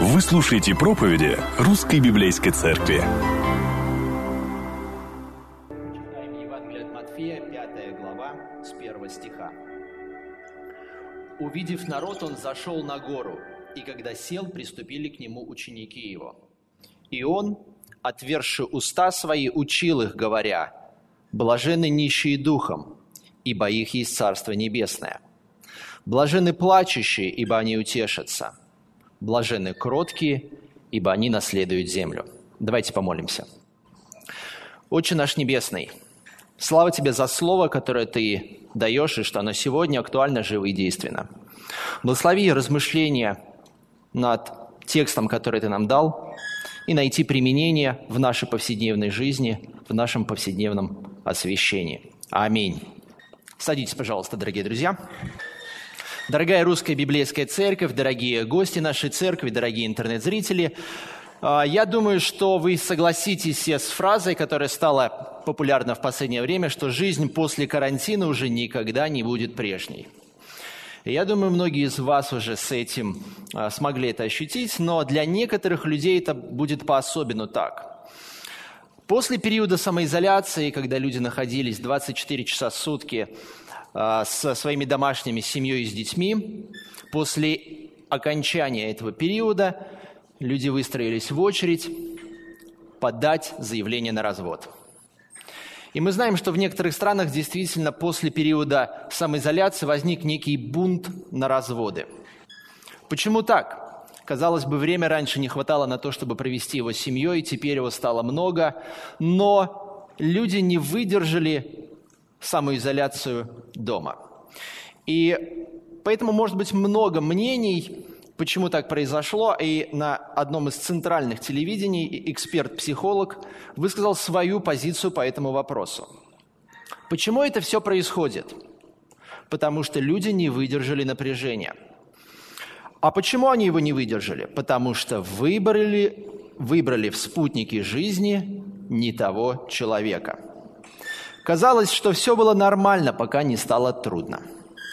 Вы слушаете проповеди Русской Библейской Церкви. Читаем Евангелие от Матфея, 5 глава, с 1 стиха. «Увидев народ, он зашел на гору, и когда сел, приступили к нему ученики его. И он, отверзши уста свои, учил их, говоря: блаженны нищие духом, ибо их есть Царство Небесное. Блаженны плачущие, ибо они утешатся. Блаженны кроткие, ибо они наследуют землю». Давайте помолимся. Отче наш Небесный, слава Тебе за Слово, которое Ты даешь, и что оно сегодня актуально, живо и действенно. Благослови размышления над текстом, который Ты нам дал, и найти применение в нашей повседневной жизни, в нашем повседневном освящении. Аминь. Садитесь, пожалуйста, дорогие друзья. Дорогая Русская Библейская Церковь, дорогие гости нашей церкви, дорогие интернет-зрители, я думаю, что вы согласитесь с фразой, которая стала популярна в последнее время, что жизнь после карантина уже никогда не будет прежней. Я думаю, многие из вас уже с этим смогли это ощутить, но для некоторых людей это будет по-особенному так. После периода самоизоляции, когда люди находились 24 часа в сутки со своими домашними, семьей и с детьми, после окончания этого периода люди выстроились в очередь подать заявление на развод. И мы знаем, что в некоторых странах действительно после периода самоизоляции возник некий бунт на разводы. Почему так? Казалось бы, время раньше не хватало на то, чтобы провести его с семьей, теперь его стало много, но люди не выдержали самоизоляцию дома. И поэтому может быть много мнений, почему так произошло, и на одном из центральных телевидений эксперт-психолог высказал свою позицию по этому вопросу. Почему это все происходит? Потому что люди не выдержали напряжения. А почему они его не выдержали? Потому что выбрали в спутнике жизни не того человека. Казалось, что все было нормально, пока не стало трудно.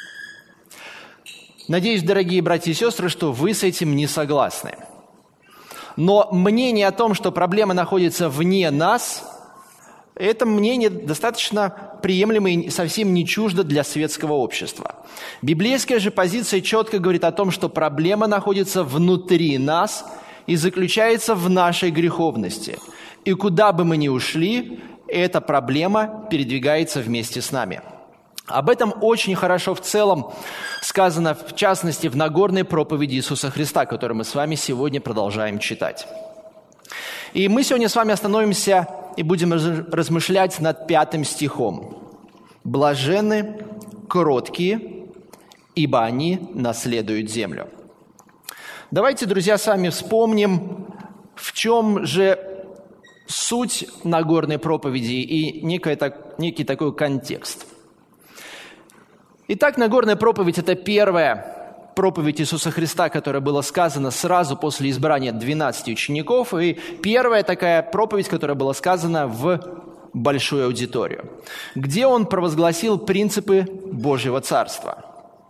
Надеюсь, дорогие братья и сестры, что вы с этим не согласны. Но мнение о том, что проблема находится вне нас, это мнение достаточно приемлемо и совсем не чуждо для светского общества. Библейская же позиция четко говорит о том, что проблема находится внутри нас и заключается в нашей греховности. И куда бы мы ни ушли, эта проблема передвигается вместе с нами. Об этом очень хорошо в целом сказано, в частности, в Нагорной проповеди Иисуса Христа, которую мы с вами сегодня продолжаем читать. И мы сегодня с вами остановимся и будем размышлять над 5 стихом. «Блаженны кроткие, ибо они наследуют землю». Давайте, друзья, с вами вспомним, в чем же суть Нагорной проповеди и некий такой контекст. Итак, Нагорная проповедь – это первая проповедь Иисуса Христа, которая была сказана сразу после избрания 12 учеников, и первая такая проповедь, которая была сказана в большую аудиторию, где Он провозгласил принципы Божьего Царства.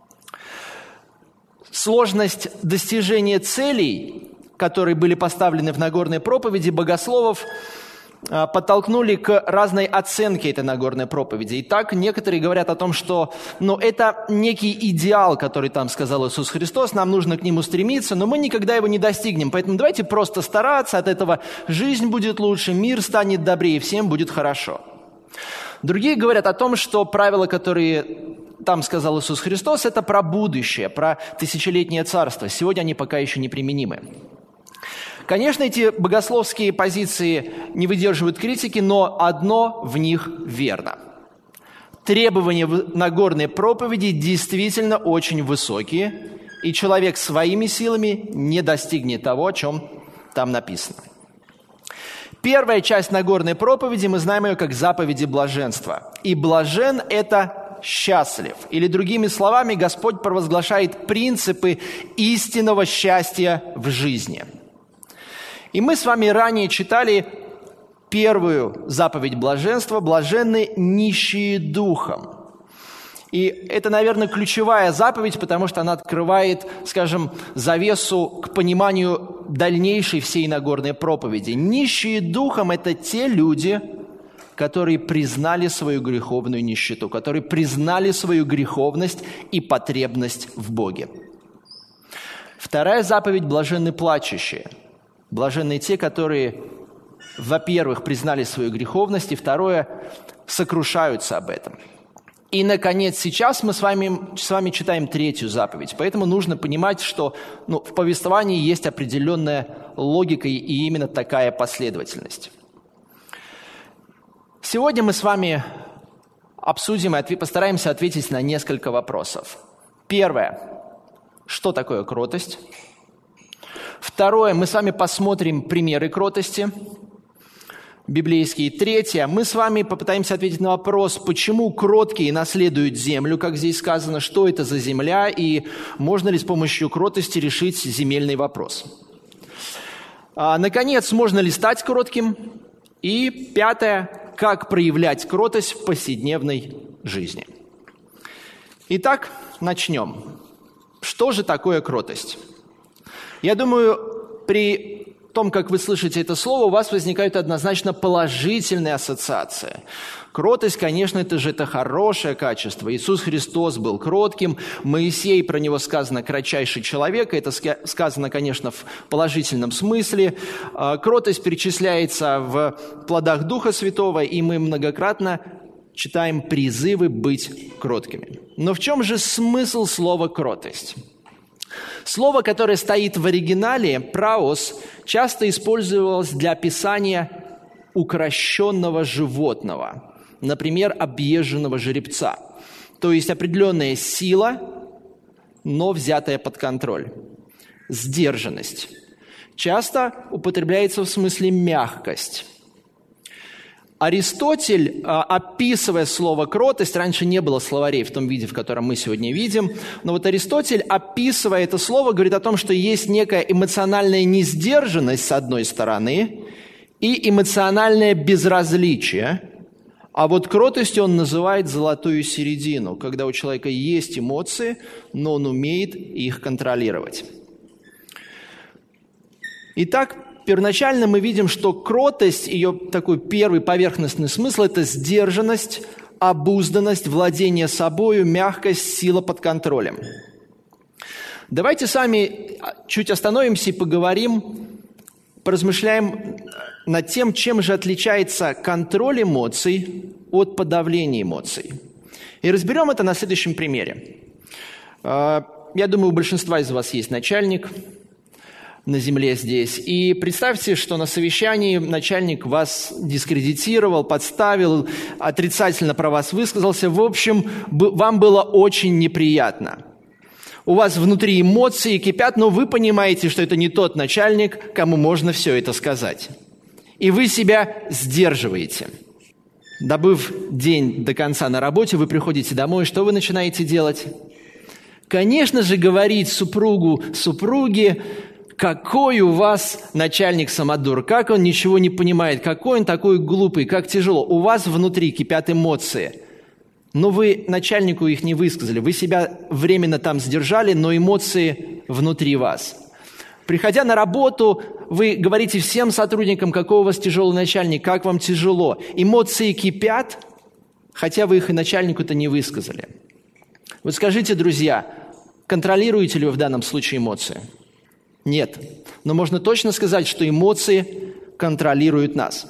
Сложность достижения целей, которые были поставлены в Нагорной проповеди, богословов подтолкнули к разной оценке этой Нагорной проповеди. Итак, некоторые говорят о том, что это некий идеал, который там сказал Иисус Христос, нам нужно к нему стремиться, но мы никогда его не достигнем. Поэтому давайте просто стараться, от этого жизнь будет лучше, мир станет добрее, всем будет хорошо. Другие говорят о том, что правила, которые там сказал Иисус Христос, это про будущее, про тысячелетнее царство. Сегодня они пока еще не применимы. Конечно, эти богословские позиции не выдерживают критики, но одно в них верно. Требования в Нагорной проповеди действительно очень высокие, и человек своими силами не достигнет того, о чем там написано. Первая часть Нагорной проповеди, мы знаем ее как заповеди блаженства. И блажен – это счастлив. Или другими словами, Господь провозглашает принципы истинного счастья в жизни. И мы с вами ранее читали первую заповедь блаженства: «Блаженны нищие духом». И это, наверное, ключевая заповедь, потому что она открывает, скажем, завесу к пониманию дальнейшей всей Нагорной проповеди. Нищие духом – это те люди, которые признали свою греховную нищету, которые признали свою греховность и потребность в Боге. Вторая заповедь – блаженны плачущие. Блаженны те, которые, во-первых, признали свою греховность, и второе – сокрушаются об этом. И, наконец, сейчас мы с вами читаем третью заповедь. Поэтому нужно понимать, что в повествовании есть определенная логика и именно такая последовательность. Сегодня мы с вами обсудим и постараемся ответить на несколько вопросов. Первое. Что такое кротость? Второе. Мы с вами посмотрим примеры кротости библейские. Третье. Мы с вами попытаемся ответить на вопрос, почему кроткие наследуют землю, как здесь сказано, что это за земля, и можно ли с помощью кротости решить земельный вопрос. Наконец, можно ли стать кротким? И пятое. Как проявлять кротость в повседневной жизни. Итак, начнем. Что же такое кротость? Я думаю, при том, как вы слышите это слово, у вас возникают однозначно положительные ассоциации. Кротость, конечно, это хорошее качество. Иисус Христос был кротким, Моисей, про него сказано, кратчайший человек. Это сказано, конечно, в положительном смысле. Кротость перечисляется в плодах Духа Святого, и мы многократно читаем призывы быть кроткими. Но в чем же смысл слова «кротость»? Слово, которое стоит в оригинале, «праос», часто использовалось для описания укрощенного животного, например, объезженного жеребца. То есть определенная сила, но взятая под контроль. Сдержанность. Часто употребляется в смысле мягкость. Аристотель, описывая слово «кротость», раньше не было словарей в том виде, в котором мы сегодня видим, но вот Аристотель, описывая это слово, говорит о том, что есть некая эмоциональная несдержанность с одной стороны и эмоциональное безразличие, а вот кротостью он называет золотую середину, когда у человека есть эмоции, но он умеет их контролировать. Итак, первоначально мы видим, что кротость, ее такой первый поверхностный смысл – это сдержанность, обузданность, владение собою, мягкость, сила под контролем. Давайте с вами чуть остановимся и поговорим, поразмышляем над тем, чем же отличается контроль эмоций от подавления эмоций. И разберем это на следующем примере. Я думаю, у большинства из вас есть начальник на земле здесь. И представьте, что на совещании начальник вас дискредитировал, подставил, отрицательно про вас высказался. В общем, вам было очень неприятно. У вас внутри эмоции кипят, но вы понимаете, что это не тот начальник, кому можно все это сказать. И вы себя сдерживаете. Добыв день до конца на работе, вы приходите домой, что вы начинаете делать? Конечно же, говорить супруге, какой у вас начальник самодур, как он ничего не понимает, какой он такой глупый, как тяжело. У вас внутри кипят эмоции, но вы начальнику их не высказали. Вы себя временно там сдержали, но эмоции внутри вас. Приходя на работу, вы говорите всем сотрудникам, какой у вас тяжелый начальник, как вам тяжело. Эмоции кипят, хотя вы их и начальнику-то не высказали. Вот скажите, друзья, контролируете ли вы в данном случае эмоции? Нет. Но можно точно сказать, что эмоции контролируют нас.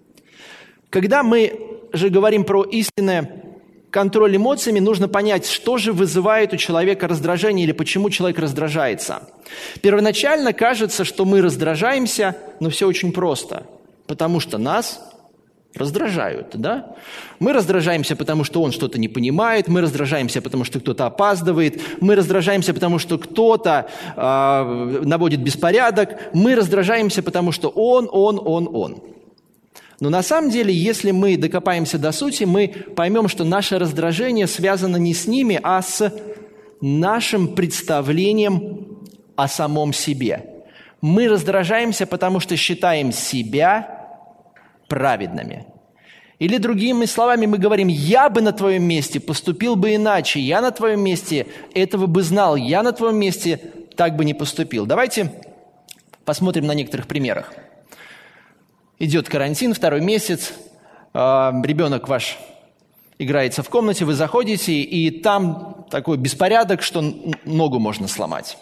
Когда мы же говорим про истинное контроль эмоциями, нужно понять, что же вызывает у человека раздражение или почему человек раздражается. Первоначально кажется, что мы раздражаемся, но все очень просто. Потому что нас раздражают, да? Мы раздражаемся, потому что он что-то не понимает, мы раздражаемся, потому что кто-то опаздывает, мы раздражаемся, потому что кто-то наводит беспорядок, мы раздражаемся, потому что он. Но на самом деле, если мы докопаемся до сути, мы поймем, что наше раздражение связано не с ними, а с нашим представлением о самом себе. Мы раздражаемся, потому что считаем себя праведными. Или другими словами мы говорим: я бы на твоем месте поступил бы иначе, я на твоем месте этого бы знал, я на твоем месте так бы не поступил. Давайте посмотрим на некоторых примерах. Идет карантин, 2-й месяц, ребенок ваш играется в комнате, вы заходите, и там такой беспорядок, что ногу можно сломать.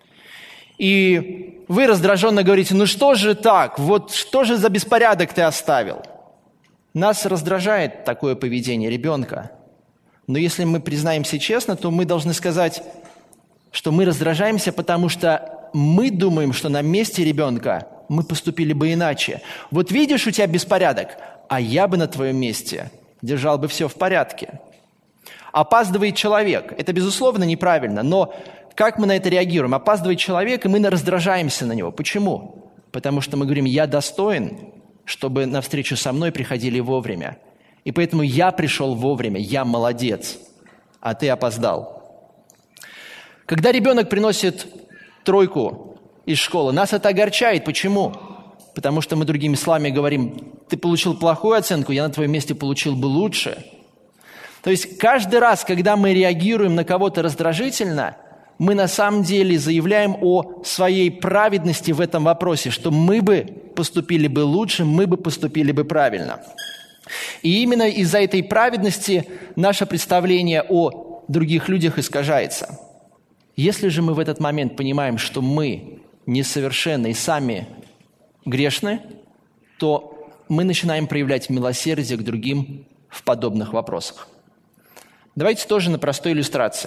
И вы раздраженно говорите: ну что же так, вот что же за беспорядок ты оставил? Нас раздражает такое поведение ребенка. Но если мы признаемся честно, то мы должны сказать, что мы раздражаемся, потому что мы думаем, что на месте ребенка мы поступили бы иначе. Вот видишь, у тебя беспорядок, а я бы на твоем месте держал бы все в порядке. Опаздывает человек. Это, безусловно, неправильно, но как мы на это реагируем? Опаздывает человек, и мы раздражаемся на него. Почему? Потому что мы говорим: я достоин, чтобы на встречу со мной приходили вовремя. И поэтому я пришел вовремя, я молодец, а ты опоздал. Когда ребенок приносит 3 из школы, нас это огорчает. Почему? Потому что мы другими словами говорим: ты получил плохую оценку, я на твоем месте получил бы лучше. То есть каждый раз, когда мы реагируем на кого-то раздражительно, мы на самом деле заявляем о своей праведности в этом вопросе, что мы бы поступили бы лучше, мы бы поступили бы правильно. И именно из-за этой праведности наше представление о других людях искажается. Если же мы в этот момент понимаем, что мы несовершенны и сами грешны, то мы начинаем проявлять милосердие к другим в подобных вопросах. Давайте тоже на простой иллюстрации.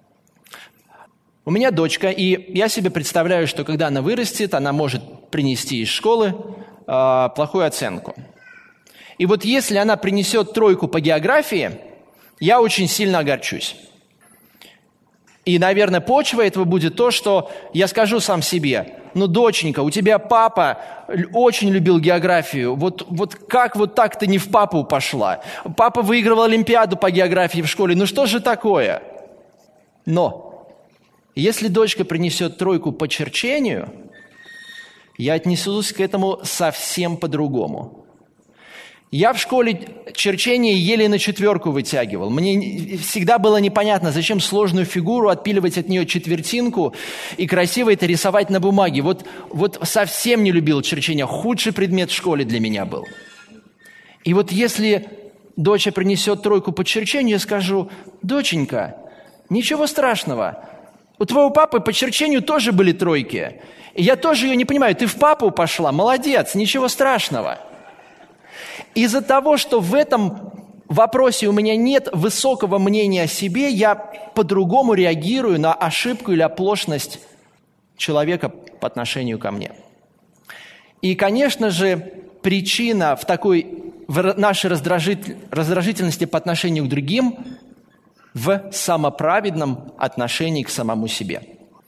У меня дочка, и я себе представляю, что когда она вырастет, она может принести из школы плохую оценку. И вот если она принесет 3 по географии, я очень сильно огорчусь. И, наверное, почва этого будет то, что я скажу сам себе: ну, доченька, у тебя папа очень любил географию, вот как вот так ты не в папу пошла? Папа выигрывал олимпиаду по географии в школе, ну что же такое? Но если дочка принесет 3 по черчению, я отнесусь к этому совсем по-другому. Я в школе черчение еле на 4 вытягивал. Мне всегда было непонятно, зачем сложную фигуру отпиливать от нее четвертинку и красиво это рисовать на бумаге. Вот совсем не любил черчение. Худший предмет в школе для меня был. И вот если доча принесет 3 по черчению, я скажу: доченька, ничего страшного. У твоего папы по черчению тоже были 3. И я тоже ее не понимаю. Ты в папу пошла, молодец, ничего страшного. Из-за того, что в этом вопросе у меня нет высокого мнения о себе, я по-другому реагирую на ошибку или оплошность человека по отношению ко мне. И, конечно же, причина в нашей раздражительности по отношению к другим в самоправедном отношении к самому себе.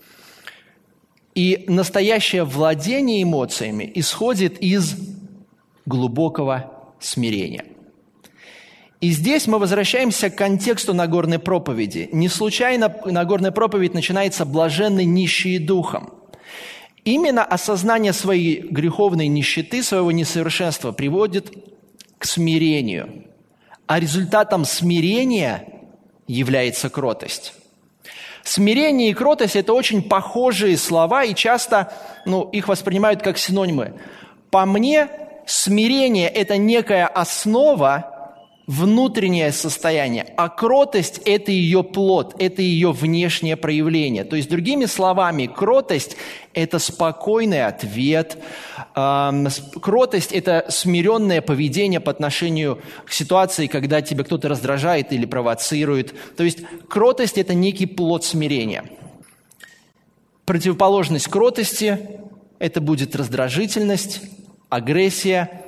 И настоящее владение эмоциями исходит из глубокого смирения. И здесь мы возвращаемся к контексту Нагорной проповеди. Не случайно Нагорная проповедь начинается «блаженны нищие духом». Именно осознание своей греховной нищеты, своего несовершенства приводит к смирению. А результатом смирения является кротость. Смирение и кротость – это очень похожие слова, и часто их воспринимают как синонимы. По мне, смирение – это некая основа, внутреннее состояние, а кротость – это ее плод, это ее внешнее проявление. То есть, другими словами, кротость – это спокойный ответ, кротость – это смиренное поведение по отношению к ситуации, когда тебя кто-то раздражает или провоцирует. То есть, кротость – это некий плод смирения. Противоположность кротости – это будет раздражительность, агрессия,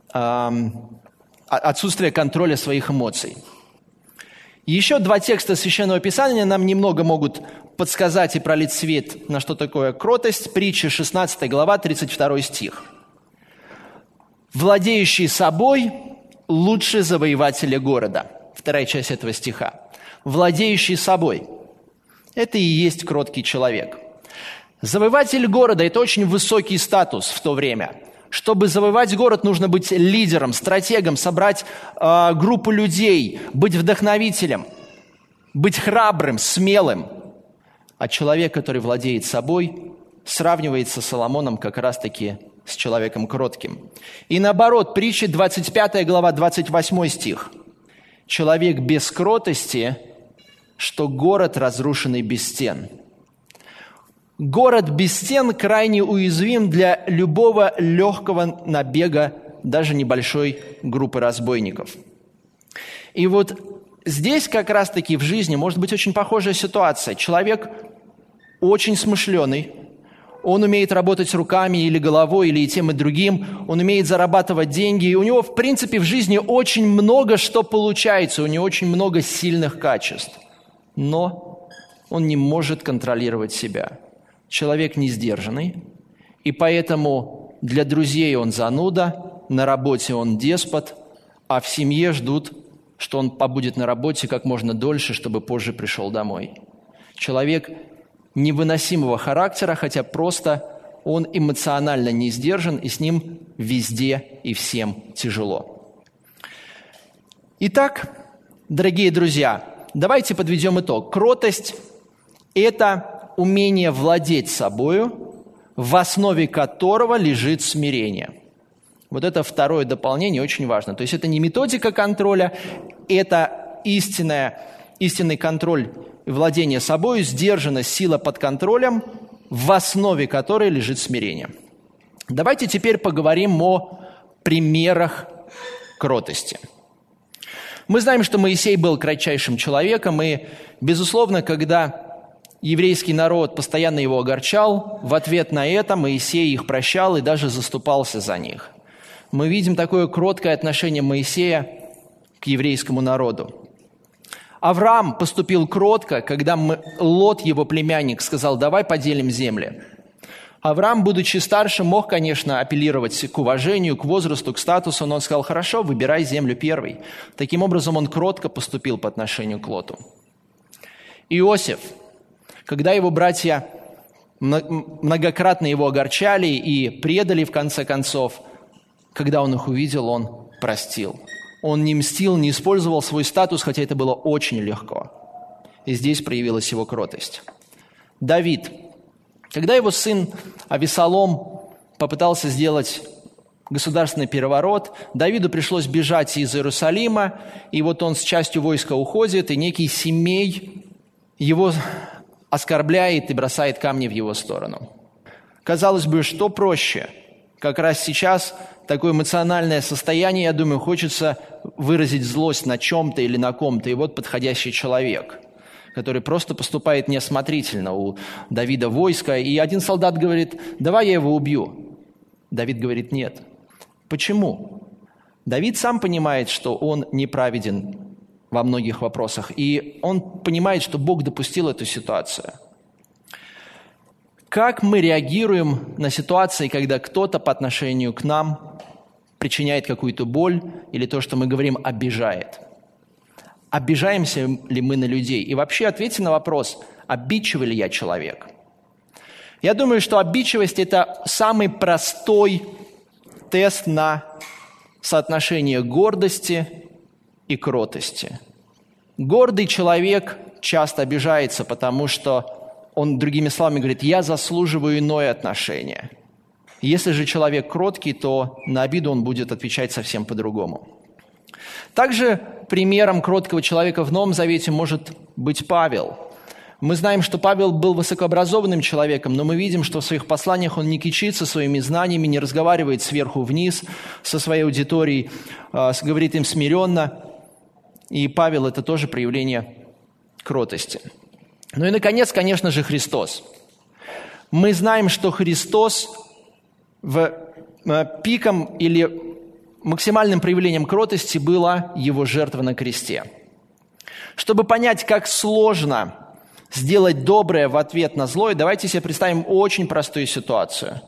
отсутствие контроля своих эмоций. Еще 2 текста Священного Писания нам немного могут подсказать и пролить свет на что такое кротость. Притча 16 глава, 32 стих. «Владеющий собой лучше завоевателя города». 2 часть этого стиха. «Владеющий собой» – это и есть кроткий человек. Завоеватель города – это очень высокий статус в то время. Чтобы завоевать город, нужно быть лидером, стратегом, собрать группу людей, быть вдохновителем, быть храбрым, смелым. А человек, который владеет собой, сравнивается с Соломоном как раз-таки с человеком кротким. И наоборот, притча 25 глава, 28 стих. «Человек без кротости, что город, разрушенный без стен». Город без стен крайне уязвим для любого легкого набега даже небольшой группы разбойников. И вот здесь как раз-таки в жизни может быть очень похожая ситуация. Человек очень смышленый, он умеет работать руками или головой, или и тем, и другим, он умеет зарабатывать деньги, и у него, в принципе, в жизни очень много что получается, у него очень много сильных качеств. Но он не может контролировать себя. Человек не сдержанный, и поэтому для друзей он зануда, на работе он деспот, а в семье ждут, что он побудет на работе как можно дольше, чтобы позже пришел домой. Человек невыносимого характера, хотя просто он эмоционально не сдержан, и с ним везде и всем тяжело. Итак, дорогие друзья, давайте подведем итог. Кротость – это умение владеть собою, в основе которого лежит смирение. Вот это второе дополнение очень важно. То есть это не методика контроля, это истинный контроль и владение собою, сдержанность, сила под контролем, в основе которой лежит смирение. Давайте теперь поговорим о примерах кротости. Мы знаем, что Моисей был кратчайшим человеком, и, безусловно, когда еврейский народ постоянно его огорчал, в ответ на это Моисей их прощал и даже заступался за них. Мы видим такое кроткое отношение Моисея к еврейскому народу. Авраам поступил кротко, когда Лот, его племянник, сказал: «Давай поделим земли». Авраам, будучи старше, мог, конечно, апеллировать к уважению, к возрасту, к статусу, но он сказал: «Хорошо, выбирай землю первый». Таким образом, он кротко поступил по отношению к Лоту. Иосиф, когда его братья многократно его огорчали и предали, в конце концов, когда он их увидел, он простил. Он не мстил, не использовал свой статус, хотя это было очень легко. И здесь проявилась его кротость. Давид, когда его сын Авесолом попытался сделать государственный переворот, Давиду пришлось бежать из Иерусалима, и вот он с частью войска уходит, и некий Семей его оскорбляет и бросает камни в его сторону. Казалось бы, что проще? Как раз сейчас такое эмоциональное состояние, я думаю, хочется выразить злость на чем-то или на ком-то. И вот подходящий человек, который просто поступает неосмотрительно. У Давида войско, и один солдат говорит: «Давай я его убью». Давид говорит: «Нет». Почему? Давид сам понимает, что он неправеден во многих вопросах, и он понимает, что Бог допустил эту ситуацию. Как мы реагируем на ситуации, когда кто-то по отношению к нам причиняет какую-то боль или то, что мы говорим, обижает? Обижаемся ли мы на людей? И вообще ответьте на вопрос: обидчивый ли я человек? Я думаю, что обидчивость – это самый простой тест на соотношение гордости и кротости. Гордый человек часто обижается, потому что он, другими словами, говорит: «Я заслуживаю иное отношение». Если же человек кроткий, то на обиду он будет отвечать совсем по-другому. Также примером кроткого человека в Новом Завете может быть Павел. Мы знаем, что Павел был высокообразованным человеком, но мы видим, что в своих посланиях он не кичится своими знаниями, не разговаривает сверху вниз со своей аудиторией, говорит им смиренно. И Павел – это тоже проявление кротости. Ну и, наконец, конечно же, Христос. Мы знаем, что Христос пиком или максимальным проявлением кротости была его жертва на кресте. Чтобы понять, как сложно сделать доброе в ответ на злое, давайте себе представим очень простую ситуацию.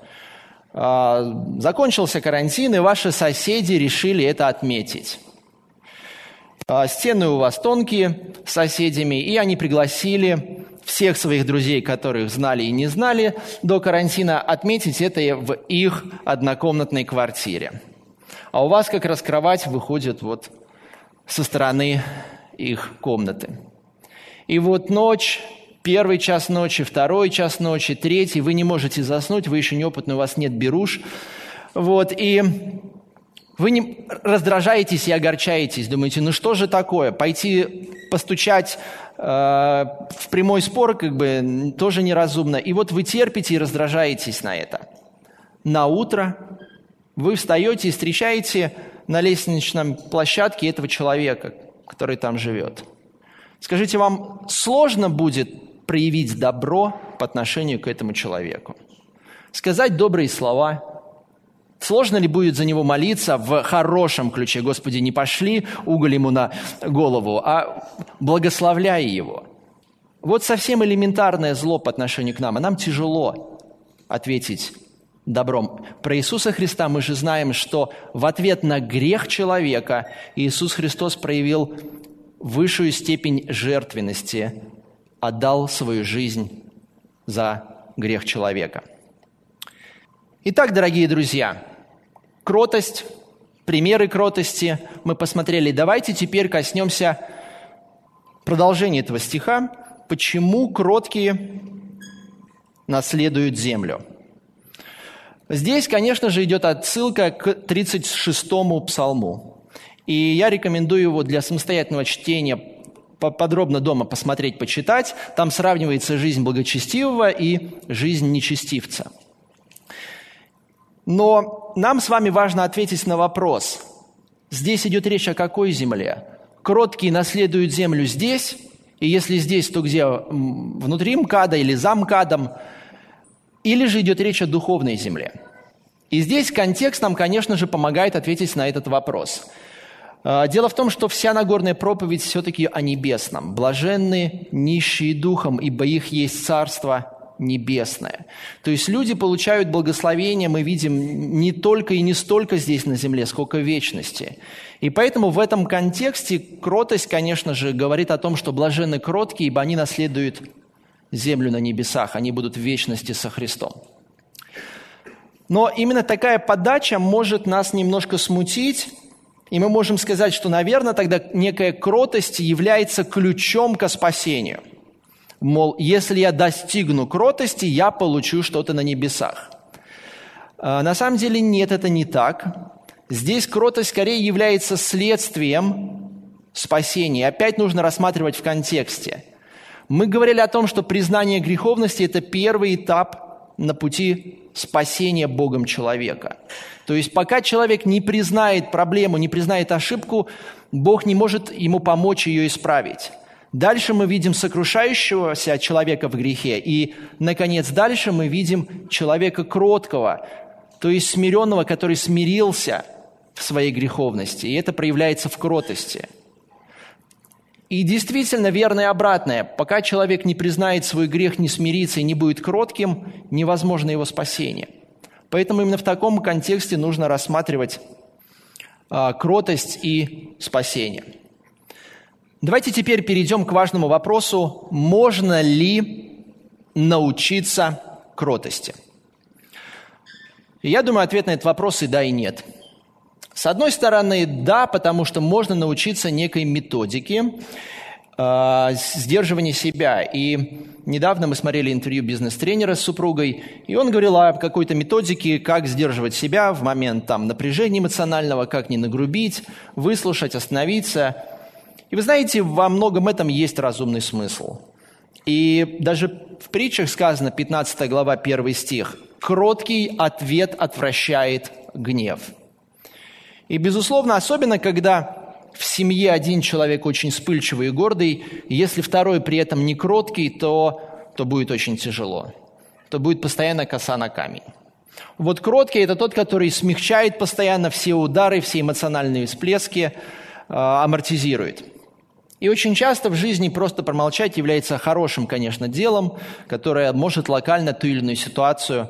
Закончился карантин, и ваши соседи решили это отметить. Стены у вас тонкие с соседями, и они пригласили всех своих друзей, которых знали и не знали до карантина, отметить это в их однокомнатной квартире. А у вас как раз кровать выходит вот со стороны их комнаты. И вот ночь, первый час ночи, второй час ночи, третий, вы не можете заснуть, вы еще неопытны, у вас нет беруш. Вот, и вы не раздражаетесь и огорчаетесь, думаете, ну что же такое, пойти постучать в прямой спор как бы тоже неразумно. И вот вы терпите и раздражаетесь на это. На утро вы встаете и встречаете на лестничной площадке этого человека, который там живет. Скажите, вам сложно будет проявить добро по отношению к этому человеку? Сказать добрые слова? Сложно ли будет за него молиться в хорошем ключе? Господи, не пошли уголь ему на голову, а благословляй его. Вот совсем элементарное зло по отношению к нам, а нам тяжело ответить добром. Про Иисуса Христа мы же знаем, что в ответ на грех человека Иисус Христос проявил высшую степень жертвенности, отдал свою жизнь за грех человека. Итак, дорогие друзья, кротость, примеры кротости мы посмотрели. Давайте теперь коснемся продолжения этого стиха. Почему кроткие наследуют землю? Здесь, конечно же, идет отсылка к 36-му псалму. И я рекомендую его для самостоятельного чтения подробно дома посмотреть, почитать. Там сравнивается жизнь благочестивого и жизнь нечестивца. Но нам с вами важно ответить на вопрос. Здесь идет речь о какой земле? Кроткие наследуют землю здесь, и если здесь, то где? Внутри МКАДа или за МКАДом? Или же идет речь о духовной земле? И здесь контекст нам, конечно же, помогает ответить на этот вопрос. Дело в том, что вся Нагорная проповедь все-таки о небесном. «Блаженны нищие духом, ибо их есть царство небесное». То есть люди получают благословение, мы видим, не только и не столько здесь на земле, сколько в вечности. И поэтому в этом контексте кротость, конечно же, говорит о том, что блаженны кроткие, ибо они наследуют землю на небесах, они будут в вечности со Христом. Но именно такая подача может нас немножко смутить, и мы можем сказать, что, наверное, тогда некая кротость является ключом ко спасению. Мол, если я достигну кротости, я получу что-то на небесах. На самом деле нет, это не так. Здесь кротость скорее является следствием спасения. Опять нужно рассматривать в контексте. Мы говорили о том, что признание греховности – это первый этап на пути спасения Богом человека. То есть пока человек не признает проблему, не признает ошибку, Бог не может ему помочь ее исправить. Дальше мы видим сокрушающегося человека в грехе. И, наконец, дальше мы видим человека кроткого, то есть смиренного, который смирился в своей греховности. И это проявляется в кротости. И действительно верно и обратное. Пока человек не признает свой грех, не смирится и не будет кротким, невозможно его спасение. Поэтому именно в таком контексте нужно рассматривать кротость и спасение. Давайте теперь перейдем к важному вопросу, можно ли научиться кротости? И я думаю, ответ на этот вопрос и да, и нет. С одной стороны, да, потому что можно научиться некой методике сдерживания себя. И недавно мы смотрели интервью бизнес-тренера с супругой, и он говорил о какой-то методике, как сдерживать себя в момент напряжения эмоционального, как не нагрубить, выслушать, остановиться. И вы знаете, во многом этом есть разумный смысл. И даже в притчах сказано, 15 глава, 1 стих, «Кроткий ответ отвращает гнев». И, безусловно, особенно, когда в семье один человек очень вспыльчивый и гордый, если второй при этом не кроткий, то будет очень тяжело. То будет постоянно коса на камень. Вот кроткий – это тот, который смягчает постоянно все удары, все эмоциональные всплески, амортизирует. И очень часто в жизни просто промолчать является хорошим, конечно, делом, которое может локально ту или иную ситуацию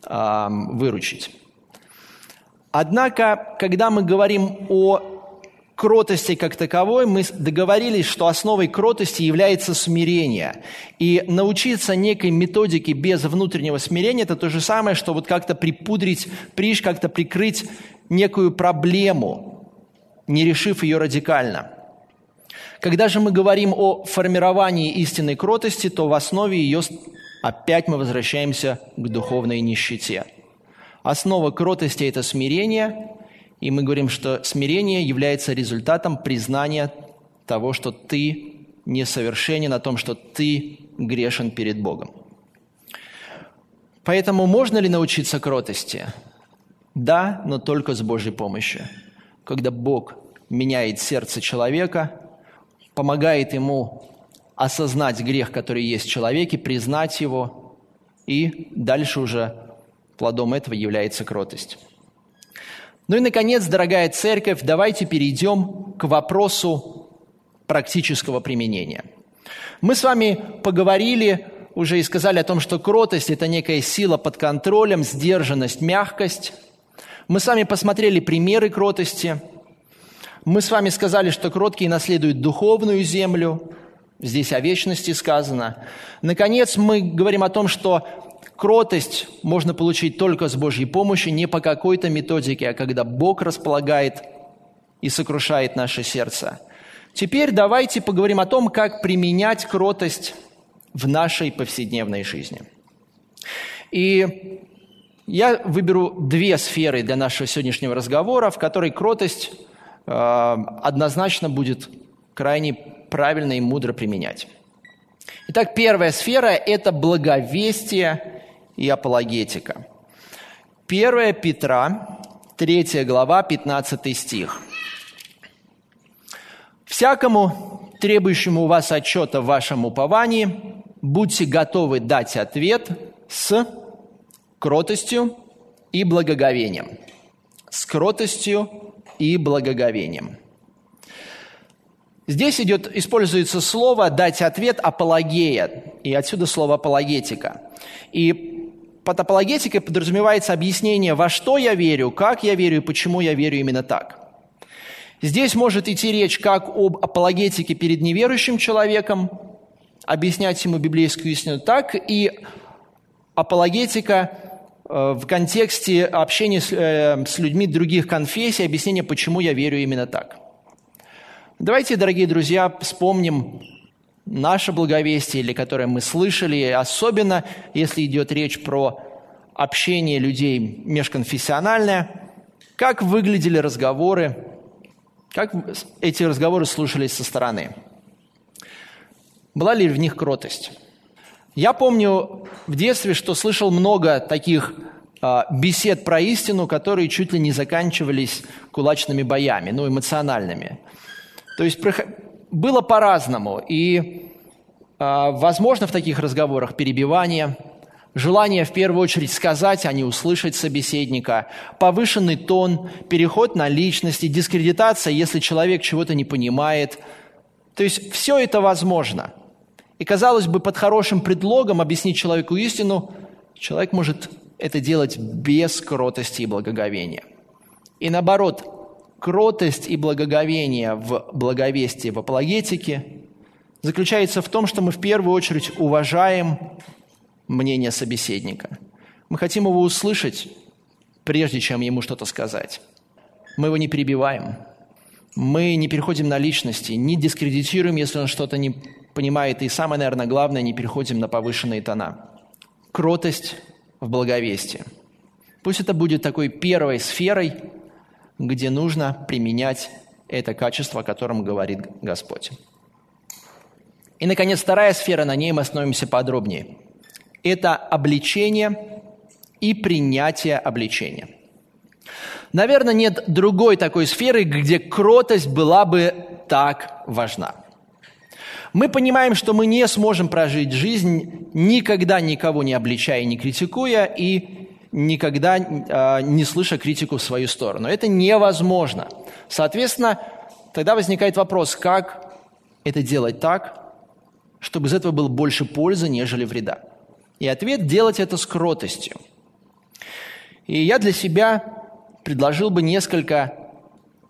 выручить. Однако, когда мы говорим о кротости как таковой, мы договорились, что основой кротости является смирение. И научиться некой методике без внутреннего смирения – это то же самое, что вот как-то припудрить, как-то прикрыть некую проблему, не решив ее радикально. Когда же мы говорим о формировании истинной кротости, то в основе ее опять мы возвращаемся к духовной нищете. Основа кротости – это смирение, и мы говорим, что смирение является результатом признания того, что ты несовершенен, о том, что ты грешен перед Богом. Поэтому можно ли научиться кротости? Да, но только с Божьей помощью. Когда Бог меняет сердце человека, помогает ему осознать грех, который есть в человеке, признать его, и дальше уже плодом этого является кротость. Ну и, наконец, дорогая церковь, давайте перейдем к вопросу практического применения. Мы с вами поговорили уже и сказали о том, что кротость – это некая сила под контролем, сдержанность, мягкость. Мы с вами посмотрели примеры кротости. Мы с вами сказали, что кроткие наследуют духовную землю. Здесь о вечности сказано. Наконец, мы говорим о том, что кротость можно получить только с Божьей помощью, не по какой-то методике, а когда Бог располагает и сокрушает наше сердце. Теперь давайте поговорим о том, как применять кротость в нашей повседневной жизни. И я выберу две сферы для нашего сегодняшнего разговора, в которой кротость однозначно будет крайне правильно и мудро применять. Итак, первая сфера – это благовестие и апологетика. 1 Петра, 3 глава, 15 стих. «Всякому, требующему у вас отчета в вашем уповании, будьте готовы дать ответ с кротостью и благоговением». С кротостью и благоговением. Здесь используется слово «дать ответ» апологея, и отсюда слово апологетика. И под апологетикой подразумевается объяснение, во что я верю, как я верю и почему я верю именно так. Здесь может идти речь как об апологетике перед неверующим человеком, объяснять ему библейскую истину, так и апологетика в контексте общения с людьми других конфессий, объяснение, почему я верю именно так. Давайте, дорогие друзья, вспомним наше благовестие, или которое мы слышали, особенно если идет речь про общение людей межконфессиональное, как выглядели разговоры, как эти разговоры слушались со стороны. Была ли в них кротость? Я помню в детстве, что слышал много таких бесед про истину, которые чуть ли не заканчивались кулачными боями, эмоциональными. То есть было по-разному, и, возможно, в таких разговорах перебивание, желание в первую очередь сказать, а не услышать собеседника, повышенный тон, переход на личности, дискредитация, если человек чего-то не понимает. То есть все это возможно. И, казалось бы, под хорошим предлогом объяснить человеку истину, человек может это делать без кротости и благоговения. И наоборот, кротость и благоговение в благовестии, в апологетике заключается в том, что мы в первую очередь уважаем мнение собеседника. Мы хотим его услышать, прежде чем ему что-то сказать. Мы его не перебиваем. Мы не переходим на личности, не дискредитируем, если он что-то не понимает. И самое, наверное, главное, не переходим на повышенные тона. Кротость в благовестии. Пусть это будет такой первой сферой, где нужно применять это качество, о котором говорит Господь. И, наконец, вторая сфера, на ней мы остановимся подробнее. Это обличение и принятие обличения. Наверное, нет другой такой сферы, где кротость была бы так важна. Мы понимаем, что мы не сможем прожить жизнь, никогда никого не обличая и не критикуя, и никогда не слыша критику в свою сторону. Это невозможно. Соответственно, тогда возникает вопрос, как это делать так, чтобы из этого было больше пользы, нежели вреда. И ответ – делать это с кротостью. И я для себя предложил бы несколько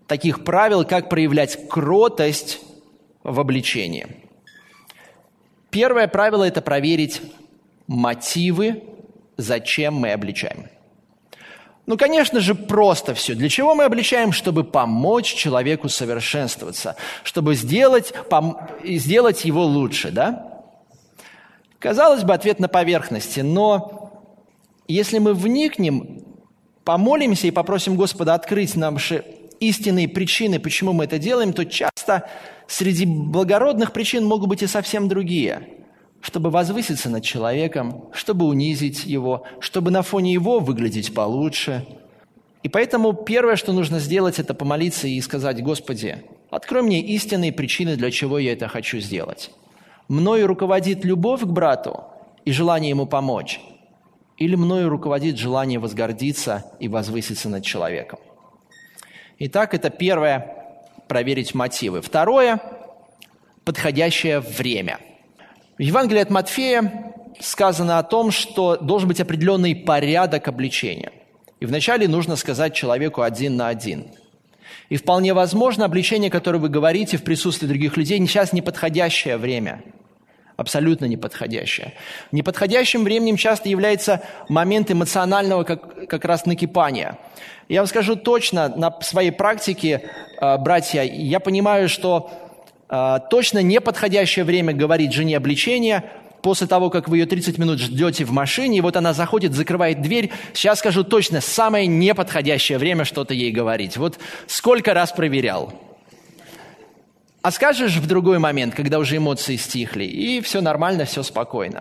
таких правил, как проявлять кротость в обличении. Первое правило – это проверить мотивы, зачем мы обличаем. Конечно же, просто все. Для чего мы обличаем? Чтобы помочь человеку совершенствоваться, чтобы сделать его лучше, да? Казалось бы, ответ на поверхности, но если мы вникнем, помолимся и попросим Господа открыть наши истинные причины, почему мы это делаем, то часто среди благородных причин могут быть и совсем другие. Чтобы возвыситься над человеком, чтобы унизить его, чтобы на фоне его выглядеть получше. И поэтому первое, что нужно сделать, это помолиться и сказать: «Господи, открой мне истинные причины, для чего я это хочу сделать. Мною руководит любовь к брату и желание ему помочь, или мною руководит желание возгордиться и возвыситься над человеком?» Итак, это первое – проверить мотивы. Второе – подходящее время. В Евангелии от Матфея сказано о том, что должен быть определенный порядок обличения. И вначале нужно сказать человеку 1 на 1. И вполне возможно, обличение, которое вы говорите в присутствии других людей, сейчас неподходящее время. Абсолютно неподходящее. Неподходящим временем часто является момент эмоционального как раз накипания. Я вам скажу точно, на своей практике, братья, я понимаю, что точно неподходящее время говорить жене обличение после того, как вы ее 30 минут ждете в машине, и вот она заходит, закрывает дверь. Сейчас скажу точно, самое неподходящее время что-то ей говорить. Вот сколько раз проверял. А скажешь в другой момент, когда уже эмоции стихли, и все нормально, все спокойно.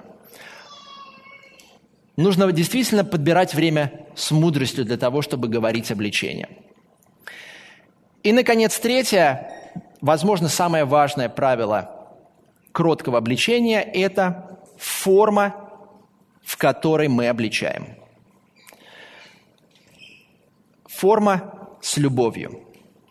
Нужно действительно подбирать время с мудростью для того, чтобы говорить обличение. И, наконец, третье, возможно, самое важное правило кроткого обличения – это форма, в которой мы обличаем. Форма с любовью.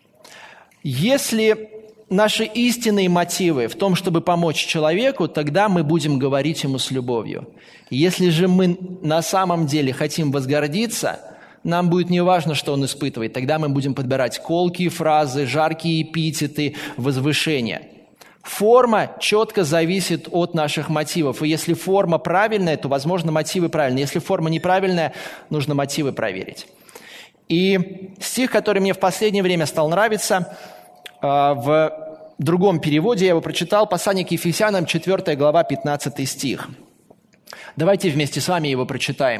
Если наши истинные мотивы в том, чтобы помочь человеку, тогда мы будем говорить ему с любовью. Если же мы на самом деле хотим возгордиться, нам будет неважно, что он испытывает. Тогда мы будем подбирать колкие фразы, жаркие эпитеты, возвышения. Форма четко зависит от наших мотивов. И если форма правильная, то, возможно, мотивы правильные. Если форма неправильная, нужно мотивы проверить. И стих, который мне в последнее время стал нравиться, в другом переводе я его прочитал, послание к Ефесянам, 4 глава, 15 стих. Давайте вместе с вами его прочитаем.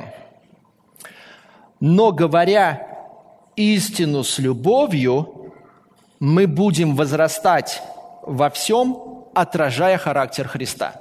«Но, говоря истину с любовью, мы будем возрастать во всем, отражая характер Христа».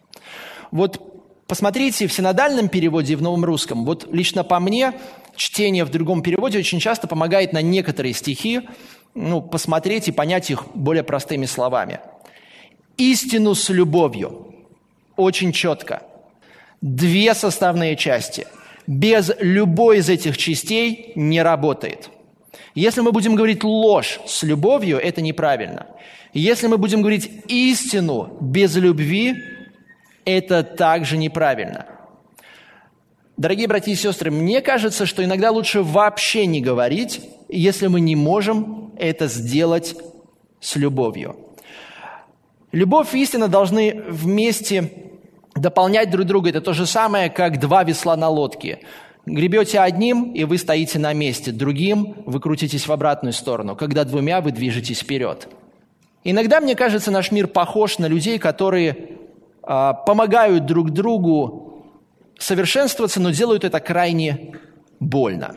Вот посмотрите, в синодальном переводе и в новом русском, вот лично по мне, чтение в другом переводе очень часто помогает на некоторые стихи посмотреть и понять их более простыми словами. Истину с любовью. Очень четко. Две составные части. Без любой из этих частей не работает. Если мы будем говорить ложь с любовью, это неправильно. Если мы будем говорить истину без любви, это также неправильно. Дорогие братья и сестры, мне кажется, что иногда лучше вообще не говорить, если мы не можем это сделать с любовью. Любовь и истина должны вместе дополнять друг друга. Это то же самое, как два весла на лодке. Гребете одним, и вы стоите на месте. Другим вы крутитесь в обратную сторону. Когда двумя, вы движетесь вперед. Иногда, мне кажется, наш мир похож на людей, которые помогают друг другу совершенствоваться, но делают это крайне больно.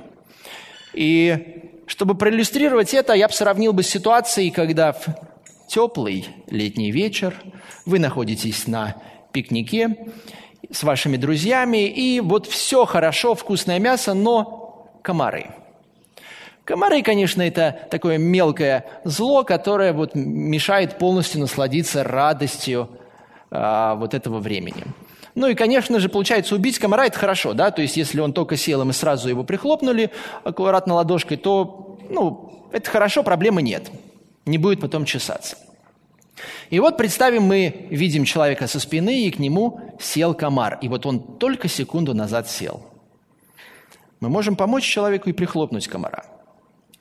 И чтобы проиллюстрировать это, я бы сравнил бы с ситуацией, когда в теплый летний вечер вы находитесь на пикнике с вашими друзьями, и вот все хорошо, вкусное мясо, но комары. Комары, конечно, это такое мелкое зло, которое мешает полностью насладиться радостью этого времени. И, конечно же, получается, убить комара – это хорошо, да, то есть если он только сел, и мы сразу его прихлопнули аккуратно ладошкой, то, это хорошо, проблемы нет, не будет потом чесаться. И вот представим, мы видим человека со спины, и к нему сел комар, и вот он только секунду назад сел. Мы можем помочь человеку и прихлопнуть комара.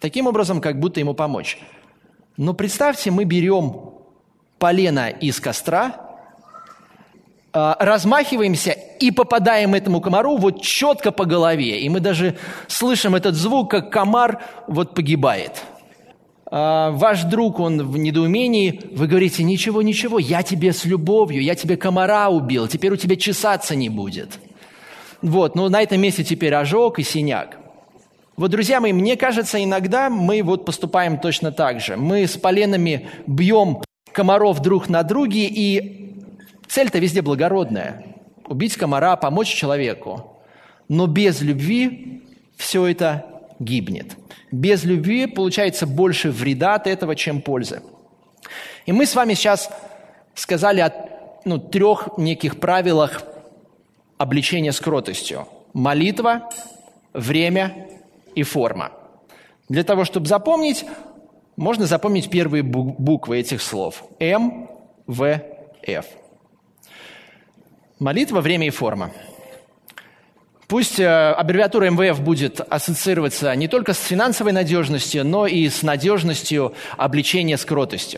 таким образом, как будто ему помочь. Но представьте, мы берем полено из костра, размахиваемся и попадаем этому комару вот четко по голове. И мы даже слышим этот звук, как комар вот погибает. Ваш друг, он в недоумении, вы говорите: ничего, ничего, я тебе с любовью, я тебе комара убил, теперь у тебя чесаться не будет. Вот, но на этом месте теперь ожог и синяк. Вот, друзья мои, мне кажется, иногда мы вот поступаем точно так же. Мы с поленами бьем комаров друг на друге, и цель-то везде благородная – убить комара, помочь человеку. Но без любви все это гибнет. Без любви получается больше вреда от этого, чем пользы. И мы с вами сейчас сказали о 3 неких правилах обличения с кротостью. Молитва, время и форма. Для того, чтобы запомнить, можно запомнить первые буквы этих слов. М, В, Ф. Молитва, время и форма. Пусть аббревиатура МВФ будет ассоциироваться не только с финансовой надежностью, но и с надежностью обличения с кротостью.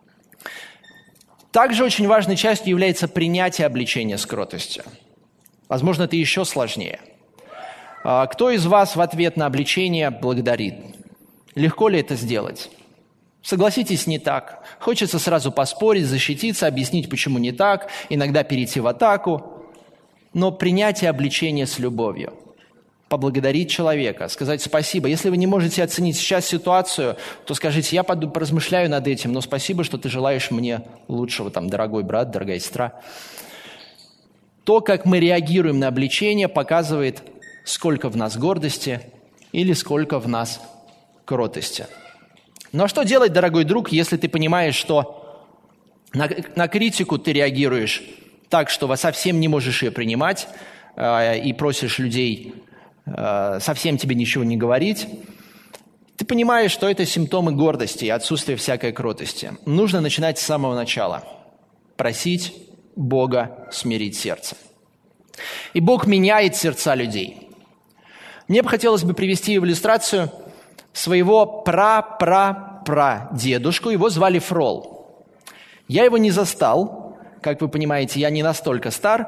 Также очень важной частью является принятие обличения с кротостью. Возможно, это еще сложнее. Кто из вас в ответ на обличение благодарит? Легко ли это сделать? Согласитесь, не так. Хочется сразу поспорить, защититься, объяснить, почему не так, иногда перейти в атаку. Но принятие обличения с любовью, поблагодарить человека, сказать спасибо. Если вы не можете оценить сейчас ситуацию, то скажите: я поразмышляю над этим, но спасибо, что ты желаешь мне лучшего, дорогой брат, дорогая сестра. То, как мы реагируем на обличение, показывает, сколько в нас гордости или сколько в нас кротости. Ну а что делать, дорогой друг, если ты понимаешь, что на критику ты реагируешь так, что совсем не можешь ее принимать и просишь людей совсем тебе ничего не говорить? Ты понимаешь, что это симптомы гордости и отсутствия всякой кротости. Нужно начинать с самого начала. Просить Бога смирить сердце. И Бог меняет сердца людей. Мне бы хотелось привести в иллюстрацию своего прадедушку. Его звали Фрол. Я его не застал. Как вы понимаете, я не настолько стар,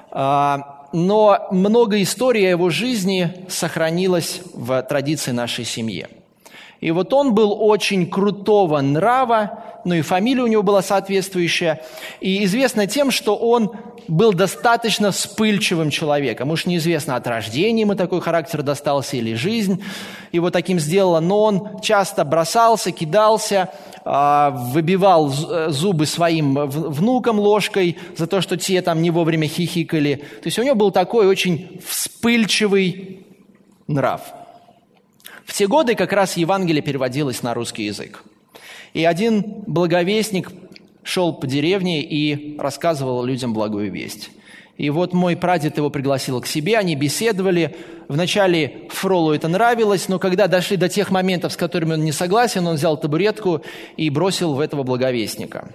но много историй о его жизни сохранилось в традиции нашей семьи. И вот он был очень крутого нрава, и фамилия у него была соответствующая, и известно тем, что он был достаточно вспыльчивым человеком. Уж неизвестно, от рождения ему такой характер достался или жизнь его таким сделала, но он часто бросался, кидался, выбивал зубы своим внукам ложкой за то, что те не вовремя хихикали. То есть у него был такой очень вспыльчивый нрав. В те годы как раз Евангелие переводилось на русский язык. И один благовестник шел по деревне и рассказывал людям благую весть. И вот мой прадед его пригласил к себе, они беседовали. Вначале Фролу это нравилось, но когда дошли до тех моментов, с которыми он не согласен, он взял табуретку и бросил в этого благовестника.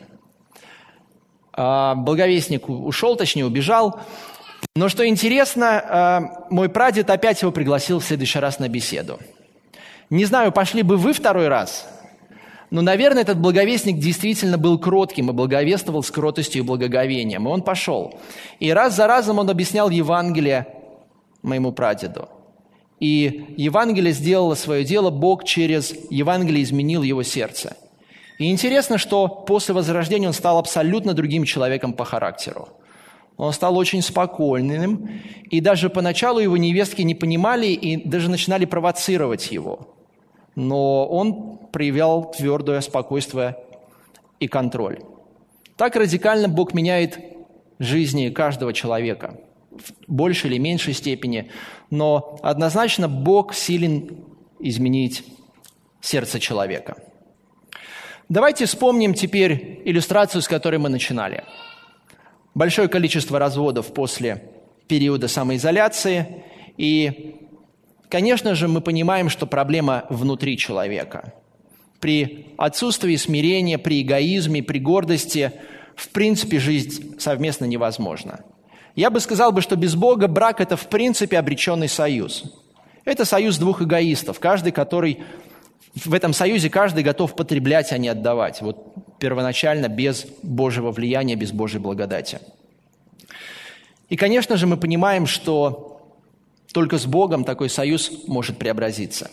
Благовестник ушел, точнее убежал. Но что интересно, мой прадед опять его пригласил в следующий раз на беседу. Не знаю, пошли бы вы второй раз, но, наверное, этот благовестник действительно был кротким и благовествовал с кротостью и благоговением. И он пошел. И раз за разом он объяснял Евангелие моему прадеду. И Евангелие сделало свое дело, Бог через Евангелие изменил его сердце. И интересно, что после возрождения он стал абсолютно другим человеком по характеру. Он стал очень спокойным, и даже поначалу его невестки не понимали и даже начинали провоцировать его. Но он проявлял твердое спокойствие и контроль. Так радикально Бог меняет жизни каждого человека, в большей или меньшей степени, но однозначно Бог силен изменить сердце человека. Давайте вспомним теперь иллюстрацию, с которой мы начинали. Большое количество разводов после периода самоизоляции. И, конечно же, мы понимаем, что проблема внутри человека. При отсутствии смирения, при эгоизме, при гордости, в принципе, жизнь совместно невозможна. Я бы сказал, что без Бога брак – это, в принципе, обреченный союз. Это союз двух эгоистов, каждый, который В этом союзе каждый готов потреблять, а не отдавать. Вот первоначально без Божьего влияния, без Божьей благодати. И, конечно же, мы понимаем, что только с Богом такой союз может преобразиться.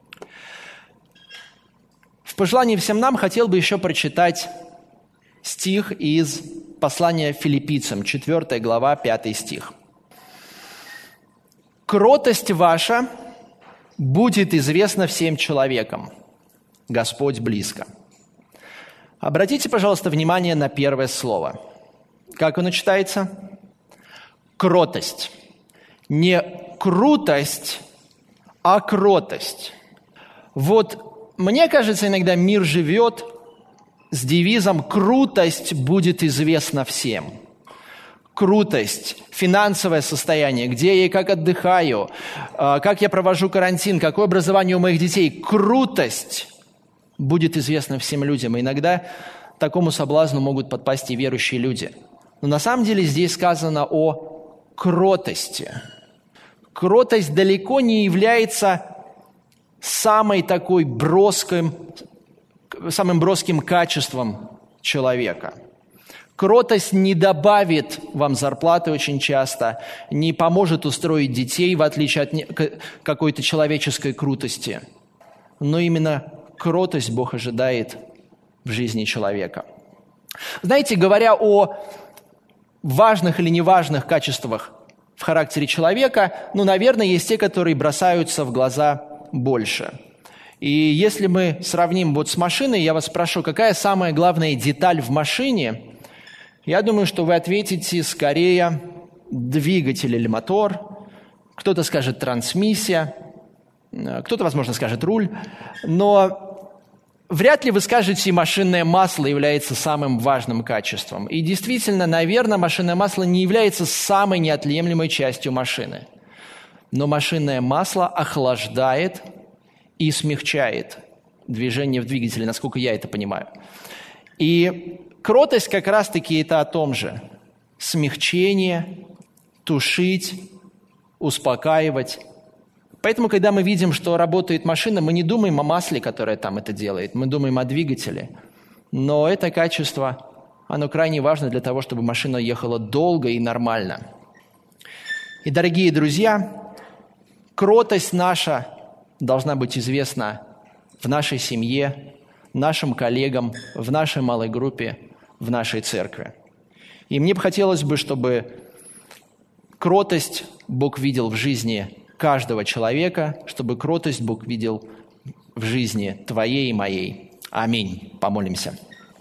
В пожелании всем нам хотел бы еще прочитать стих из послания Филиппийцам, 4 глава, 5 стих. «Кротость ваша будет известна всем человекам. Господь близко». Обратите, пожалуйста, внимание на первое слово. Как оно читается? Кротость. Не крутость, а кротость. Вот мне кажется, иногда мир живет с девизом «крутость будет известна всем». Крутость, финансовое состояние, где я и как отдыхаю, как я провожу карантин, какое образование у моих детей. Крутость будет известна всем людям. И иногда такому соблазну могут подпасть и верующие люди. Но на самом деле здесь сказано о кротости. Кротость далеко не является самым броским качеством человека. Кротость не добавит вам зарплаты очень часто, не поможет устроить детей, в отличие от какой-то человеческой крутости. Но именно кротость Бог ожидает в жизни человека. Знаете, говоря о важных или неважных качествах в характере человека, наверное, есть те, которые бросаются в глаза больше. И если мы сравним с машиной, я вас спрошу, какая самая главная деталь в машине? Я думаю, что вы ответите скорее двигатель или мотор, кто-то скажет трансмиссия, кто-то, возможно, скажет руль, но вряд ли вы скажете, машинное масло является самым важным качеством. И действительно, наверное, машинное масло не является самой неотъемлемой частью машины. Но машинное масло охлаждает и смягчает движение в двигателе, насколько я это понимаю. И кротость как раз-таки это о том же. Смягчение, тушить, успокаивать. Поэтому, когда мы видим, что работает машина, мы не думаем о масле, которое там это делает, мы думаем о двигателе. Но это качество, оно крайне важно для того, чтобы машина ехала долго и нормально. И, дорогие друзья, кротость наша должна быть известна в нашей семье, нашим коллегам, в нашей малой группе, в нашей церкви. И мне бы хотелось бы, чтобы кротость Бог видел в жизни каждого человека, чтобы кротость Бог видел в жизни твоей и моей. Аминь. Помолимся.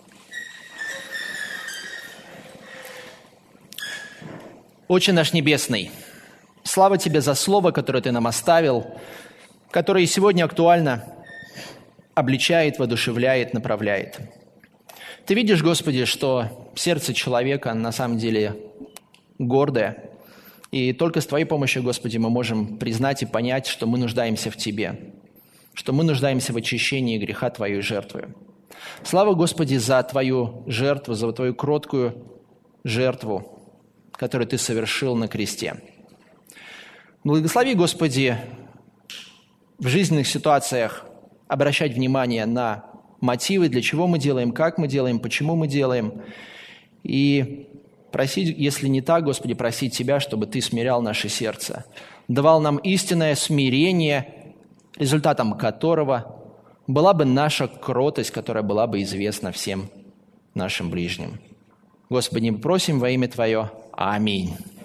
Отче наш Небесный, слава Тебе за Слово, которое Ты нам оставил, которое сегодня актуально, обличает, воодушевляет, направляет. Ты видишь, Господи, что сердце человека на самом деле гордое, и только с Твоей помощью, Господи, мы можем признать и понять, что мы нуждаемся в Тебе, что мы нуждаемся в очищении греха Твоей жертвы. Слава, Господи, за Твою жертву, за Твою кроткую жертву, которую Ты совершил на кресте. Благослови, Господи, в жизненных ситуациях обращать внимание на мотивы, для чего мы делаем, как мы делаем, почему мы делаем. И просить, если не так, Господи, просить Тебя, чтобы Ты смирял наше сердце, давал нам истинное смирение, результатом которого была бы наша кротость, которая была бы известна всем нашим ближним. Господи, мы просим во имя Твое. Аминь.